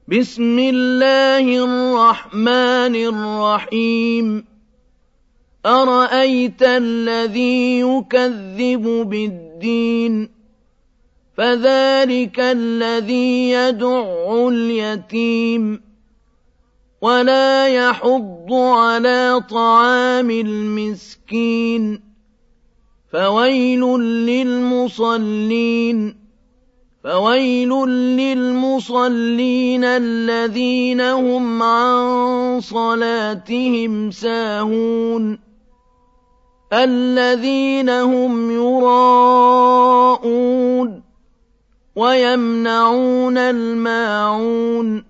بسم الله الرحمن الرحيم أرأيت الذي يكذب بالدين فذلك الذي يدع اليتيم ولا يحض على طعام المسكين فويل للمصلين الذين هم عن صلاتهم ساهون الذين هم يراءون ويمنعون الماعون